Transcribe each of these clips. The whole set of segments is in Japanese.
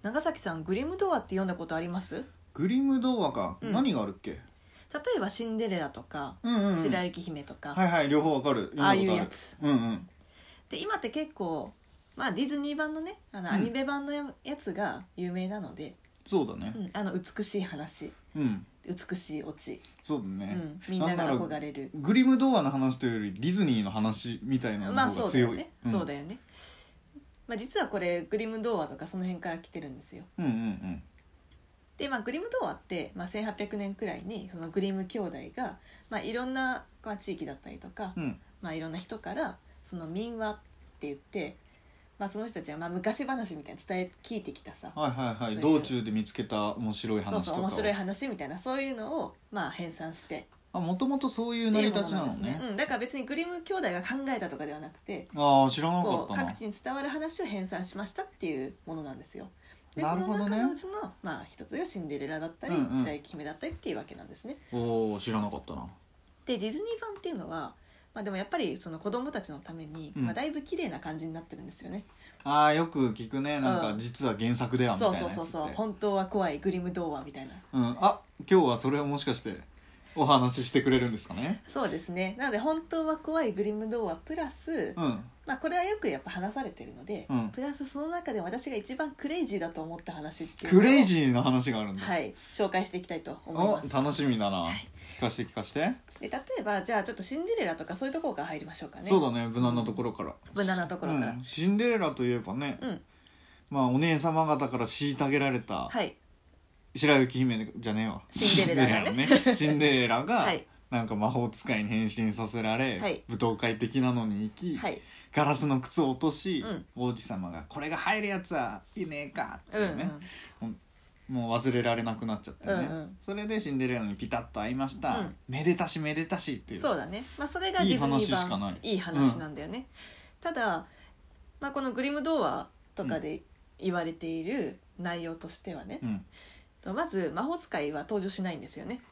長崎さん、グリム童話って読んだことあります？ グリム童話か、何があるっけ？ 例えばシンデレラとか、白雪姫とか、 はいはい、両方わかる。 ああいうやつ。 で今って結構、ディズニー版のね、アニメ版のやつが有名なので、 そうだね、 美しい話、美しいオチ、 そうだね、 みんなが憧れるグリム童話の話というよりディズニーの話みたいなの方が強い。 そうだよね。実はこれグリム童話とかその辺から来てるんですよ。で、グリム童話って、1800年くらいにそのグリム兄弟が、いろんな、地域だったりとか、いろんな人からその民話って言って、その人たちは昔話みたいに聞いてきたさ、 道中で見つけた面白い話とか面白い話みたいな、そういうのを編纂して、 もともとそういう成り立ちなのね。 だから別にグリム兄弟が考えたとかではなくて、 知らなかったな。 各地に伝わる話を編纂しましたっていうものなんですよ。で、 なるほどね、 その中のうちの、一つがシンデレラだったり、白雪姫だったりっていうわけなんですね。 知らなかったな。 で、ディズニー版っていうのは、でもやっぱりその子供たちのために、だいぶ綺麗な感じになってるんですよね。 よく聞くね、なんか実は原作ではみたいなやつって。 そう本当は怖いグリム童話みたいな。 今日はそれをもしかしてお話ししてくれるんですかね。 そうですね。なので本当は怖いグリム童話プラス、これはよくやっぱ話されてるので、プラスその中で私が一番クレイジーだと思った話っていうのをクレイジーな話があるんだ。 紹介していきたいと思います。 楽しみだな、聞かして。 で、例えばじゃあちょっとシンデレラとかそういうところから入りましょうかね。 そうだね、無難なところから。シンデレラといえばね、お姉様方から虐げられた、白雪姫じゃねえわ、 シンデレラねシンデレラが、なんか魔法使いに変身させられ、舞踏会的なのに行き、ガラスの靴を落とし、王子様がこれが入るやつはいねえかっていうね、もう忘れられなくなっちゃってね、それでシンデレラにピタッと会いました、めでたしめでたしっていう。 そうだね、それがディズニー版いい話なんだよね。ただ、このグリム童話とかで言われている内容としてはね、まず魔法使いは登場しないんですよね。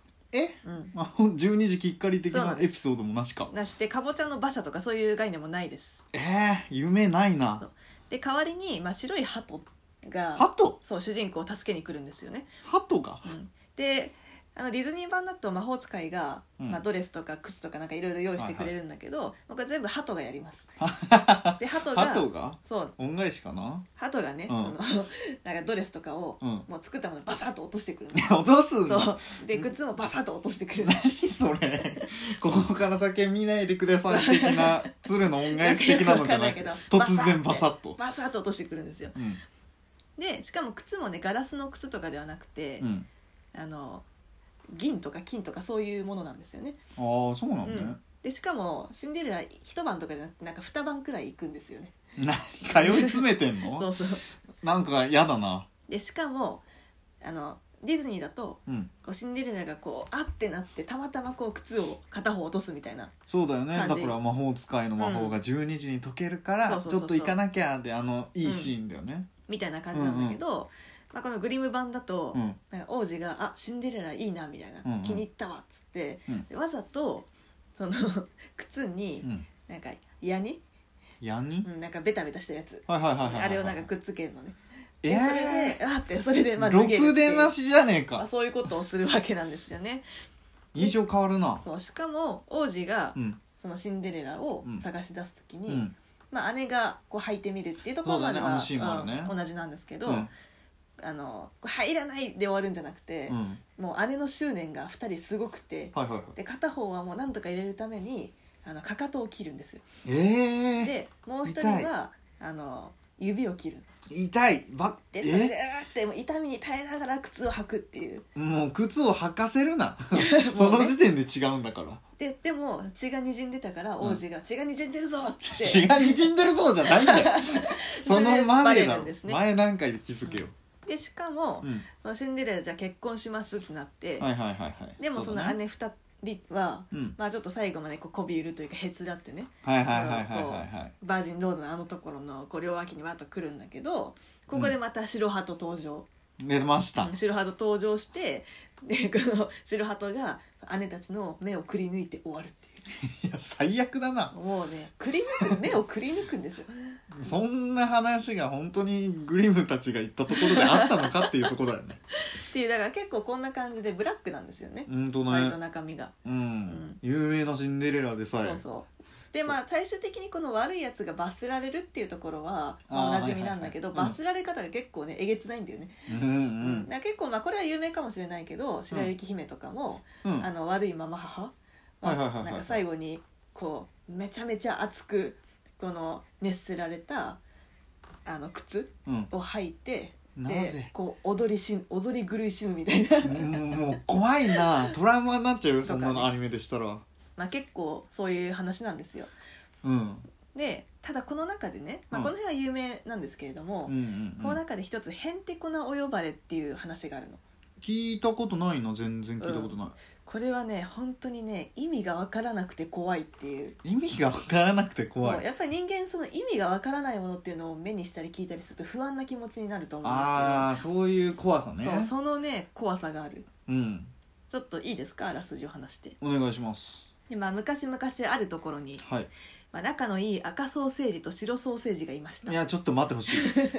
12時きっかり的なエピソードもなしか。 なしで、かぼちゃの馬車とかそういう概念もないです。 夢ないな。 で、代わりに、白い鳩がそう主人公を助けに来るんですよね。 鳩が、 で、ディズニー版だと魔法使いが、ドレスとか靴とかなんかいろいろ用意してくれるんだけど、僕は全部鳩がやります。で、鳩がそう恩返しかな。 鳩がね、なんかドレスとかを、もう作ったものをバサッと落としてくる落とすの。 そうで、靴もバサッと落としてくる。 何それここから先見ないでください的な鶴の恩返し的なのじゃなくて、突然バサッと落としてくるんですよ。で、しかも靴もね、ガラスの靴とかではなくて、銀とか金とかそういうものなんですよね。 そうなんね。 で、しかもシンデレラ一晩とかじゃなくて、なんか2晩くらい行くんですよね。 通い詰めてんのそうなんか嫌だな。 で、しかもディズニーだと、シンデレラがあってなってたまたま靴を片方落とすみたいな。 そうだよね。だから魔法使いの魔法が12時に解けるから、ちょっと行かなきゃで、いいシーンだよね、 みたいな感じなんだけど、このグリム版だと、なんか王子がシンデレラいいなみたいな、気に入ったわっつって、わざとその靴に、なんかヤニ、なんかベタベタしたやつ、あれをなんかくっつけるのね。それでろくでなしじゃねえか。 そういうことをするわけなんですよね。 印象変わるな。 しかも王子が、そのシンデレラを探し出すときに、姉が履いてみるっていうところまでは、同じなんですけど、入らないで終わるんじゃなくて、もう姉の執念が2人すごくて、で、片方はもうなんとか入れるためにかかとを切るんですよ。で、もう一人は指を切る。 痛いで、それでってもう痛みに耐えながら靴を履くっていう。 もう靴を履かせるなその時点で違うんだから。 でも血が滲んでたから王子が、血が滲んでるぞって血が滲んでるぞじゃないんだよその前だろ、前段階で気づけよ。 で、しかも、そのシンデレラじゃあ結婚しますってなって、でもその姉2人は、ちょっと最後までこび売るというかへつらってね、バージンロードのところの両脇にわっと来るんだけど、ここでまた白鳩登場。 出ました。 白鳩登場して、で、この白鳩が姉たちの目をくり抜いて終わるっていう。 いや最悪だな。 もうね目をくり抜くんですよ。 そんな話が本当にグリムたちが言ったところであったのかっていうところだよね。 っていうだから結構こんな感じでブラックなんですよね。 本当ね。 割と中身が、 有名なシンデレラでさえ。 そうそうでまあ最終的にこの悪いやつが罰せられるっていうところは、まあ、おなじみなんだけど、罰せられ方が結構ねえげつないんだよね。だ結構まあこれは有名かもしれないけど白雪姫とかも、悪いママ母なんか最後にこうめちゃめちゃ熱くこの熱せられた靴を履いて、でこう踊り狂い死ぬみたいなもう怖いな。トラウマになっちゃうよそんなのアニメでしたら。 まあ、結構そういう話なんですよ。でただこの中でね、まあ、この辺は有名なんですけれども、この中で一つへんてこなお呼ばれっていう話があるの。 聞いたことないな。全然聞いたことない、 これはね本当にね意味が分からなくて怖いっていう。 意味が分からなくて怖い。 やっぱり人間その意味が分からないものっていうのを目にしたり聞いたりすると不安な気持ちになると思うんですけど。 ああそういう怖さね。 そのね怖さがある。ちょっといいですかあらすじを話して。 お願いします。 で、まあ、昔々あるところに、まあ、仲のいい赤ソーセージと白ソーセージがいました。 いやちょっと待ってほしい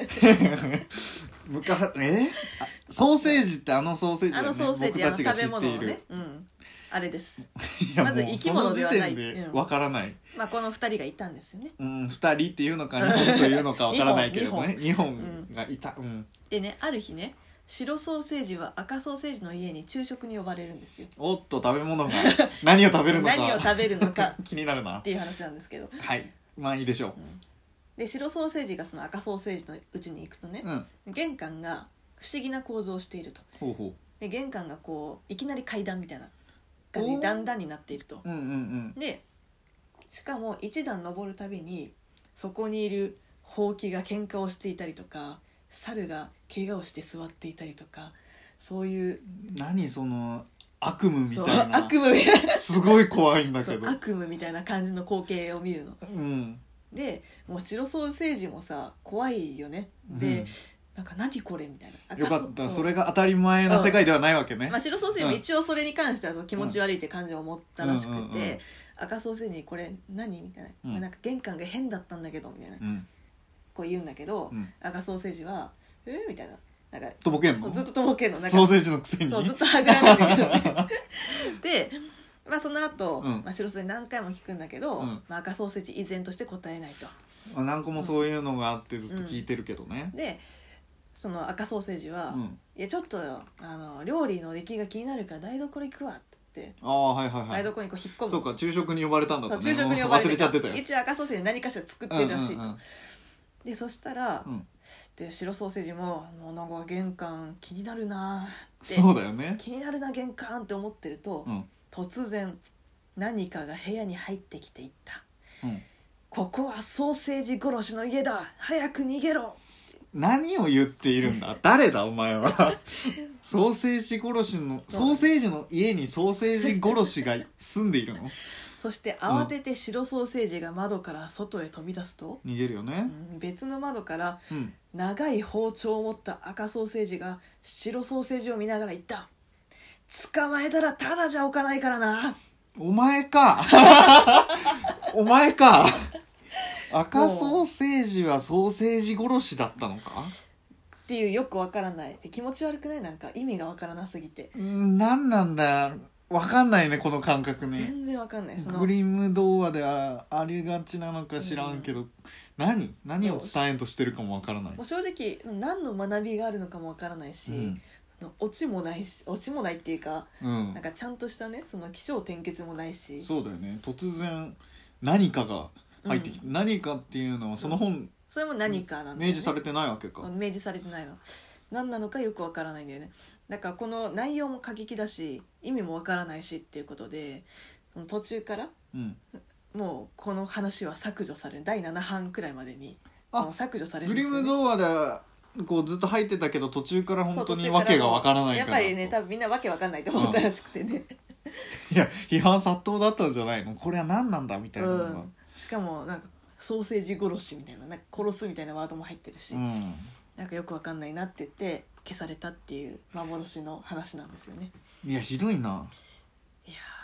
ソーセージってソーセージだよね。 ソーセージ僕たちが知っている食べ物のね、あれです。まず生き物ではない。 わからない。 まあこの2人がいたんですよね。 2人っていうのか2本というのかわからないけれどね。2本がいた。 でねある日ね白ソーセージは赤ソーセージの家に昼食に呼ばれるんですよ。 おっと食べ物が何を食べるのか気になるなっていう話なんですけど。 はいまあいいでしょう。 で白ソーセージがその赤ソーセージのうちに行くとね、玄関が不思議な構造をしていると。で玄関がこういきなり階段みたいな感じで段々になっていると。でしかも一段登るたびにそこにいるほうきが喧嘩をしていたりとか猿が怪我をして座っていたりとかそういう何その悪夢みたいな。 悪夢みたいなすごい怖いんだけど悪夢みたいな感じの光景を見るの。でもう白ソーセージもさ怖いよね。で、なんか何これみたいな。 よかった。それが当たり前な世界ではないわけね。 まあ、白ソーセージも一応それに関しては気持ち悪いって感じを持ったらしくて、赤ソーセージにこれ何みたいな、なんか玄関が変だったんだけどみたいな、こう言うんだけど、赤ソーセージはみたいな。なんかとぼけんのずっととぼけんの。なんかソーセージのくせにそうずっとはぐらかしてるけどねで、まあ、その後、まあ、白ソーセージ何回も聞くんだけど、まあ、赤ソーセージ依然として答えないと。 何個もそういうのがあってずっと聞いてるけどね。 でその赤ソーセージは、いやちょっと料理の出来が気になるから台所行くわって台所にこう引っ込む。 そうか昼食に呼ばれたんだったね。 昼食に呼ばれて忘れちゃってたよ。 一応赤ソーセージ何かしら作ってるらしいと。でそしたら、で白ソーセージもうなんか玄関気になるなって。 そうだよね。 気になるな玄関って思ってると、突然何かが部屋に入ってきていった。ここはソーセージ殺しの家だ早く逃げろ。 何を言っているんだ誰だお前はソーセージ殺しのソーセージの家にソーセージ殺しが住んでいるのそして慌てて白ソーセージが窓から外へ飛び出すと、 逃げるよね、 別の窓から長い包丁を持った赤ソーセージが白ソーセージを見ながら言った。捕まえたらただじゃおかないからな。 お前かお前か赤ソーセージはソーセージ殺しだったのかっていうよくわからない。気持ち悪くない？なんか意味がわからなすぎて。 何なんだわかんないねこの感覚ね。 全然わかんない。 グリム童話ではありがちなのか知らんけど、何を伝えんとしてるかもわからない。 もう正直何の学びがあるのかもわからないし、オチもないっていうか、なんかちゃんとしたねその起承転結もないし。 そうだよね。突然何かが入ってきて、何かっていうのはその本、 それも何かなんだよね。 明示されてないわけか。 明示されてないの。何なのかよくわからないんだよね。だからこの内容も過激だし意味もわからないしっていうことで、その途中から、もうこの話は削除される。第7版くらいまでにもう削除されるんですよね。 グリム童話でこうずっと入ってたけど途中から本当にわけがわからないから。 やっぱりね多分みんなわけわかんないと思ったらしくてね、 いや批判殺到だったんじゃないの。これは何なんだみたいなのが、 しかもなんかソーセージ殺しみたいな、なんか殺すみたいなワードも入ってるし、なんかよくわかんないなって言って消されたっていう幻の話なんですよね。 いやひどいな。 いや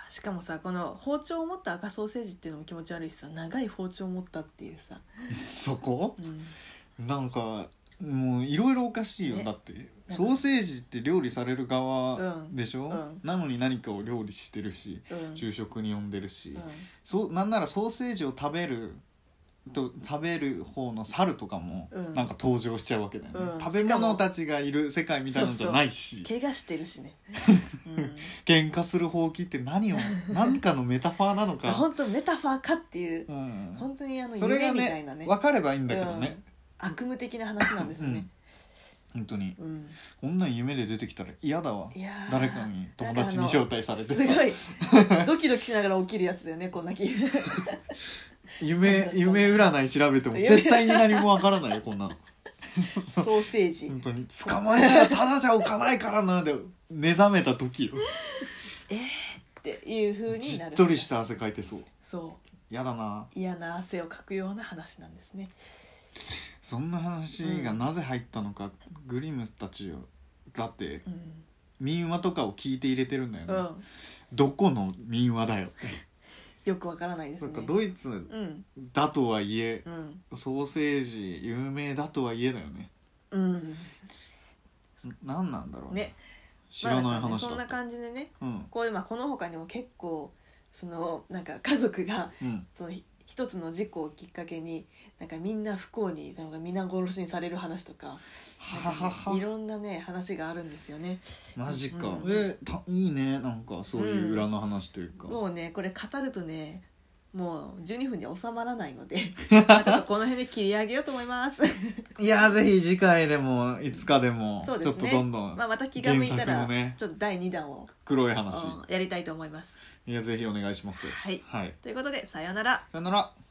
しかもさこの包丁を持った赤ソーセージっていうのも気持ち悪いしさ、長い包丁を持ったっていうさそこ、なんかもういろいろおかしいよ、だってソーセージって料理される側でしょ、なのに何かを料理してるし、昼食に呼んでるし、なんならソーセージを食べる方の猿とかもなんか登場しちゃうわけだよね、食べ物たちがいる世界みたいなのじゃないし、 怪我してるしね喧嘩するほうきって何かのメタファーなのか本当メタファーかっていう、本当に夢みたいなね、 分かればいいんだけどね、 悪夢的な話なんですよね、 本当に、こんなん夢で出てきたら嫌だわ。誰かに友達に招待されてさすごいドキドキしながら起きるやつだよね、こんな気夢占い調べても絶対に何もわからないよこんなのソーセージ本当に捕まえたらただじゃおかないからなで目覚めた時よっていう風になる、 じっとりした汗かいてそうそう嫌だな、 嫌な汗をかくような話なんですね。 そんな話がなぜ入ったのか、グリムたちだって、民話とかを聞いて入れてるんだよね、どこの民話だよってよくわからないですね。 なんかドイツだとはいえ、ソーセージ有名だとはいえだよね。何なんだろうね。知らない話だった。 そんな感じでね、この他にも結構なんか家族が、その一つの事故をきっかけになんかみんな不幸になんか皆殺しにされる話とか、いろんなね話があるんですよね。 マジか、いいね、なんかそういう裏の話というか、 もうねこれ語るとねもう12分に収まらないのでちょっとこの辺で切り上げようと思いますいやぜひ次回でもいつかでもちょっとどんどん、 また気が向いたらちょっと第2弾を黒い話やりたいと思います。 いやぜひお願いします。 はい、ということでさようなら。 さようなら。